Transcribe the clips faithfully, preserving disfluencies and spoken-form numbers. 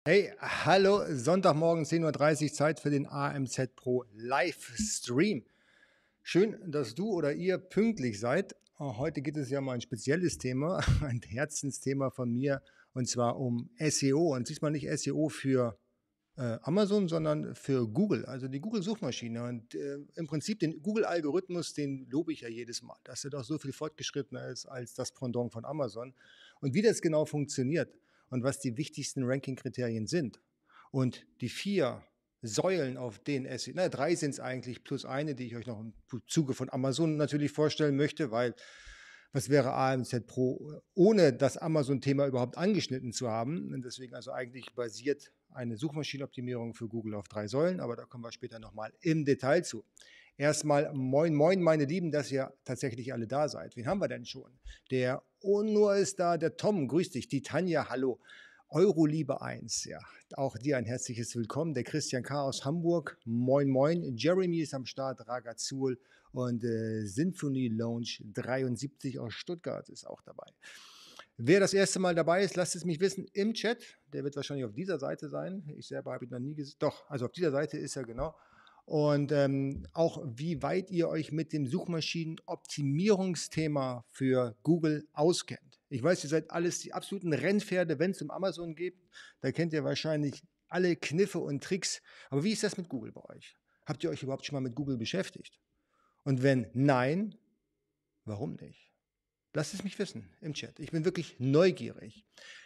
Hey, hallo, Sonntagmorgen zehn Uhr dreißig, Zeit für den A M Z Pro Livestream. Schön, dass du oder ihr pünktlich seid. Äh, Heute geht es ja um ein spezielles Thema, ein Herzensthema von mir, und zwar um S E O. Und diesmal nicht S E O für äh, Amazon, sondern für Google, also die Google-Suchmaschine. Und äh, im Prinzip den Google-Algorithmus, den lobe ich ja jedes Mal, dass er doch so viel fortgeschrittener ist als das Pendant von Amazon. Und wie das genau funktioniert und was die wichtigsten Ranking-Kriterien sind und die vier Säulen, auf denen es, na, drei sind es eigentlich, plus eine, die ich euch noch im Zuge von Amazon natürlich vorstellen möchte, weil was wäre A M Z Pro ohne das Amazon-Thema überhaupt angeschnitten zu haben? Und deswegen also eigentlich basiert eine Suchmaschinenoptimierung für Google auf drei Säulen, aber da kommen wir später nochmal im Detail zu. Erstmal moin moin, meine Lieben, dass ihr tatsächlich alle da seid. Wen haben wir denn schon? Der Onur ist da, der Tom, grüß dich, die Tanja, hallo. Euroliebe eins, ja, auch dir ein herzliches Willkommen. Der Christian K. aus Hamburg, moin moin. Jeremy ist am Start, Ragazul und äh, Symphony Lounge dreiundsiebzig aus Stuttgart ist auch dabei. Wer das erste Mal dabei ist, lasst es mich wissen im Chat. Der wird wahrscheinlich auf dieser Seite sein. Ich selber habe ihn noch nie gesehen. Doch, also auf dieser Seite ist er genau. Und ähm, auch wie weit ihr euch mit dem Suchmaschinenoptimierungsthema für Google auskennt. Ich weiß, ihr seid alles die absoluten Rennpferde, wenn es um Amazon geht. Da kennt ihr wahrscheinlich alle Kniffe und Tricks. Aber wie ist das mit Google bei euch? Habt ihr euch überhaupt schon mal mit Google beschäftigt? Und wenn nein, warum nicht? Lasst es mich wissen im Chat. Ich bin wirklich neugierig.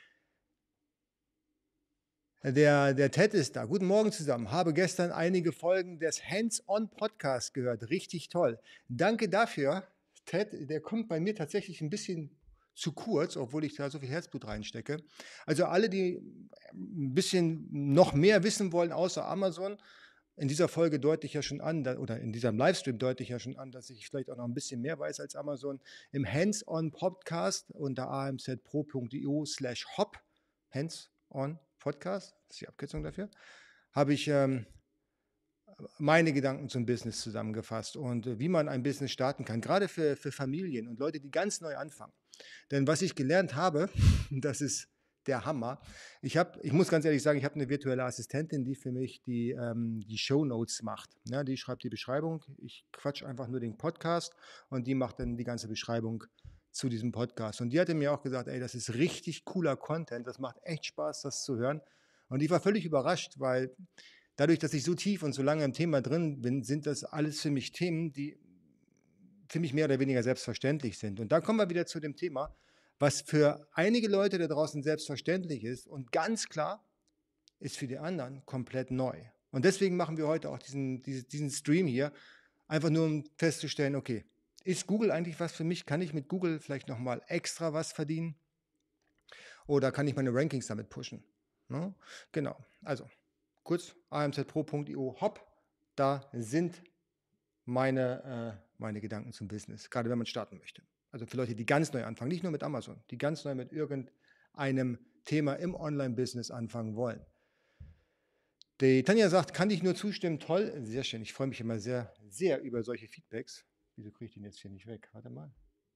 Der, der Ted ist da. Guten Morgen zusammen. Habe gestern einige Folgen des Hands-on-Podcasts gehört. Richtig toll. Danke dafür, Ted. Der kommt bei mir tatsächlich ein bisschen zu kurz, obwohl ich da so viel Herzblut reinstecke. Also alle, die ein bisschen noch mehr wissen wollen außer Amazon, in dieser Folge deute ich ja schon an, oder in diesem Livestream deute ich ja schon an, dass ich vielleicht auch noch ein bisschen mehr weiß als Amazon. Im Hands-on-Podcast unter amzpro.io slash hop, Hands-on Podcast, das ist die Abkürzung dafür, habe ich ähm, meine Gedanken zum Business zusammengefasst und äh, wie man ein Business starten kann, gerade für, für Familien und Leute, die ganz neu anfangen. Denn was ich gelernt habe, das ist der Hammer. Ich, hab, ich muss ganz ehrlich sagen, ich habe eine virtuelle Assistentin, die für mich die, ähm, die Shownotes macht. Ja, die schreibt die Beschreibung. Ich quatsch einfach nur den Podcast und die macht dann die ganze Beschreibung zu diesem Podcast. Und die hatte mir auch gesagt, ey, das ist richtig cooler Content, das macht echt Spaß, das zu hören. Und ich war völlig überrascht, weil dadurch, dass ich so tief und so lange im Thema drin bin, sind das alles für mich Themen, die für mich mehr oder weniger selbstverständlich sind. Und da kommen wir wieder zu dem Thema, was für einige Leute da draußen selbstverständlich ist und ganz klar ist für die anderen komplett neu. Und deswegen machen wir heute auch diesen, diesen Stream hier, einfach nur um festzustellen, okay, ist Google eigentlich was für mich? Kann ich mit Google vielleicht nochmal extra was verdienen? Oder kann ich meine Rankings damit pushen? No? Genau, also kurz amzpro.io, hopp, da sind meine, äh, meine Gedanken zum Business, gerade wenn man starten möchte. Also für Leute, die ganz neu anfangen, nicht nur mit Amazon, die ganz neu mit irgendeinem Thema im Online-Business anfangen wollen. Die Tanja sagt, kann ich nur zustimmen, toll, sehr schön. Ich freue mich immer sehr, sehr über solche Feedbacks. Wieso kriege ich den jetzt hier nicht weg? Warte mal.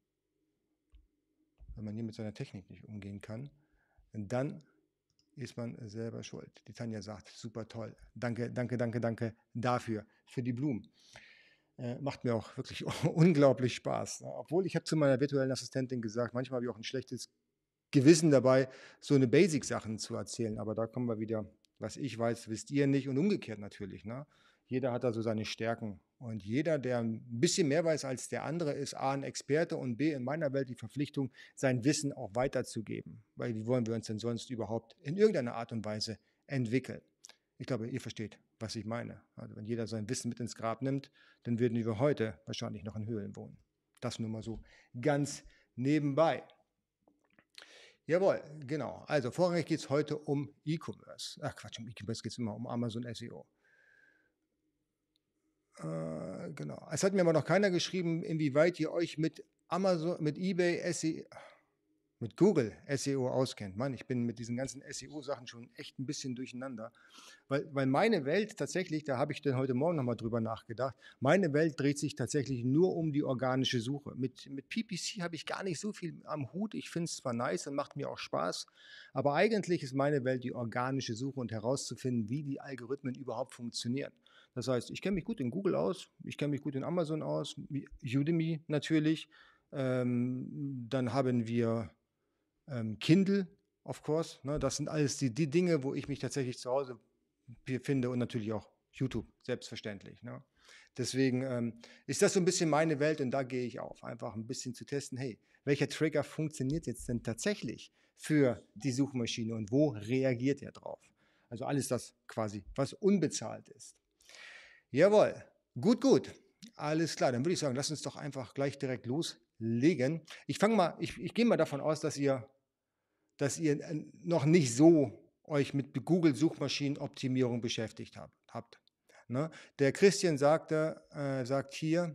Wenn man hier mit seiner Technik nicht umgehen kann, dann ist man selber schuld. Die Tanja sagt, super toll. Danke, danke, danke, danke dafür, für die Blumen. Äh, macht mir auch wirklich unglaublich Spaß. Obwohl ich habe zu meiner virtuellen Assistentin gesagt, manchmal habe ich auch ein schlechtes Gewissen dabei, so eine Basic-Sachen zu erzählen. Aber da kommen wir wieder, was ich weiß, wisst ihr nicht und umgekehrt natürlich. Ne? Jeder hat da so seine Stärken. Und jeder, der ein bisschen mehr weiß als der andere, ist A, ein Experte und B, in meiner Welt die Verpflichtung, sein Wissen auch weiterzugeben. Weil wie wollen wir uns denn sonst überhaupt in irgendeiner Art und Weise entwickeln? Ich glaube, ihr versteht, was ich meine. Also wenn jeder sein Wissen mit ins Grab nimmt, dann würden wir heute wahrscheinlich noch in Höhlen wohnen. Das nur mal so ganz nebenbei. Jawohl, genau. Also vorrangig geht es heute um E-Commerce. Ach Quatsch, um E-Commerce geht es immer um Amazon S E O. Äh, genau. Es hat mir aber noch keiner geschrieben, inwieweit ihr euch mit Amazon, mit eBay S E O, mit Google S E O auskennt. Mann, ich bin mit diesen ganzen S E O-Sachen schon echt ein bisschen durcheinander. Weil, weil meine Welt tatsächlich, da habe ich dann heute Morgen nochmal drüber nachgedacht, meine Welt dreht sich tatsächlich nur um die organische Suche. Mit, mit P P C habe ich gar nicht so viel am Hut. Ich finde es zwar nice und macht mir auch Spaß, aber eigentlich ist meine Welt die organische Suche und herauszufinden, wie die Algorithmen überhaupt funktionieren. Das heißt, ich kenne mich gut in Google aus, ich kenne mich gut in Amazon aus, Udemy natürlich. Ähm, dann haben wir ähm, Kindle, of course. Ne? Das sind alles die, die Dinge, wo ich mich tatsächlich zu Hause finde und natürlich auch YouTube, selbstverständlich. Ne? Deswegen ähm, ist das so ein bisschen meine Welt und da gehe ich auf. Einfach ein bisschen zu testen, hey, welcher Trigger funktioniert jetzt denn tatsächlich für die Suchmaschine und wo reagiert er drauf? Also alles das quasi, was unbezahlt ist. Jawohl, gut, gut. Alles klar, dann würde ich sagen, lass uns doch einfach gleich direkt loslegen. Ich fange mal, ich, ich gehe mal davon aus, dass ihr dass ihr äh, noch nicht so euch mit Google-Suchmaschinenoptimierung beschäftigt habt. habt ne? Der Christian sagte, äh, sagt hier,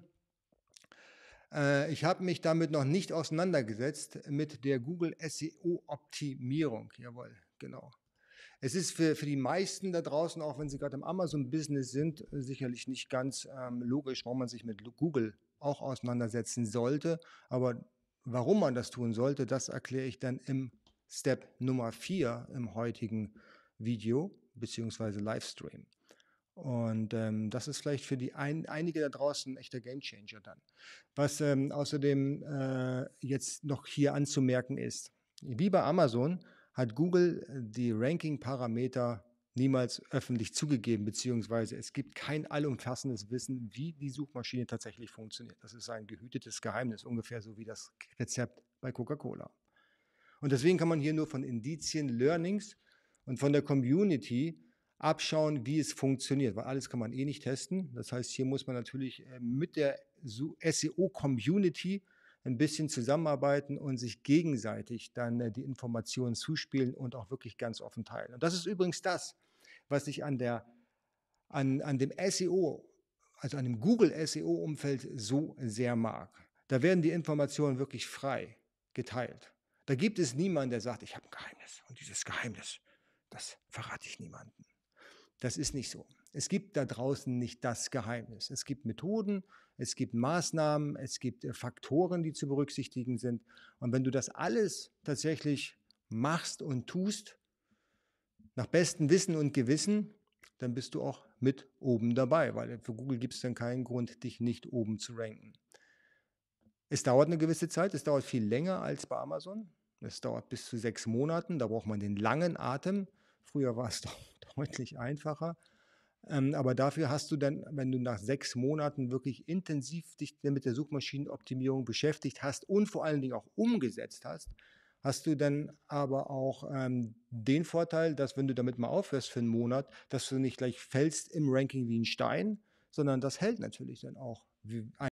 äh, ich habe mich damit noch nicht auseinandergesetzt mit der Google S E O-Optimierung. Jawohl, genau. Es ist für, für die meisten da draußen, auch wenn sie gerade im Amazon-Business sind, sicherlich nicht ganz ähm, logisch, warum man sich mit Google auch auseinandersetzen sollte. Aber warum man das tun sollte, das erkläre ich dann im Step Nummer vier im heutigen Video bzw. Livestream. Und ähm, das ist vielleicht für die ein, einige da draußen ein echter Gamechanger dann. Was ähm, außerdem äh, jetzt noch hier anzumerken ist, wie bei Amazon hat Google die Ranking-Parameter niemals öffentlich zugegeben, beziehungsweise es gibt kein allumfassendes Wissen, wie die Suchmaschine tatsächlich funktioniert. Das ist ein gehütetes Geheimnis, ungefähr so wie das Rezept bei Coca-Cola. Und deswegen kann man hier nur von Indizien, Learnings und von der Community abschauen, wie es funktioniert, weil alles kann man eh nicht testen. Das heißt, hier muss man natürlich mit der S E O-Community ein bisschen zusammenarbeiten und sich gegenseitig dann die Informationen zuspielen und auch wirklich ganz offen teilen. Und das ist übrigens das, was ich an, der, an, an dem S E O, also an dem Google S E O-Umfeld so sehr mag. Da werden die Informationen wirklich frei geteilt. Da gibt es niemanden, der sagt, ich habe ein Geheimnis und dieses Geheimnis, das verrate ich niemandem. Das ist nicht so. Es gibt da draußen nicht das Geheimnis. Es gibt Methoden, es gibt Maßnahmen, es gibt Faktoren, die zu berücksichtigen sind. Und wenn du das alles tatsächlich machst und tust, nach bestem Wissen und Gewissen, dann bist du auch mit oben dabei, weil für Google gibt es dann keinen Grund, dich nicht oben zu ranken. Es dauert eine gewisse Zeit, es dauert viel länger als bei Amazon. Es dauert bis zu sechs Monaten, da braucht man den langen Atem. Früher war es doch deutlich einfacher. Ähm, aber dafür hast du dann, wenn du nach sechs Monaten wirklich intensiv dich mit der Suchmaschinenoptimierung beschäftigt hast und vor allen Dingen auch umgesetzt hast, hast du dann aber auch ähm, den Vorteil, dass wenn du damit mal aufhörst für einen Monat, dass du nicht gleich fällst im Ranking wie ein Stein, sondern das hält natürlich dann auch wie ein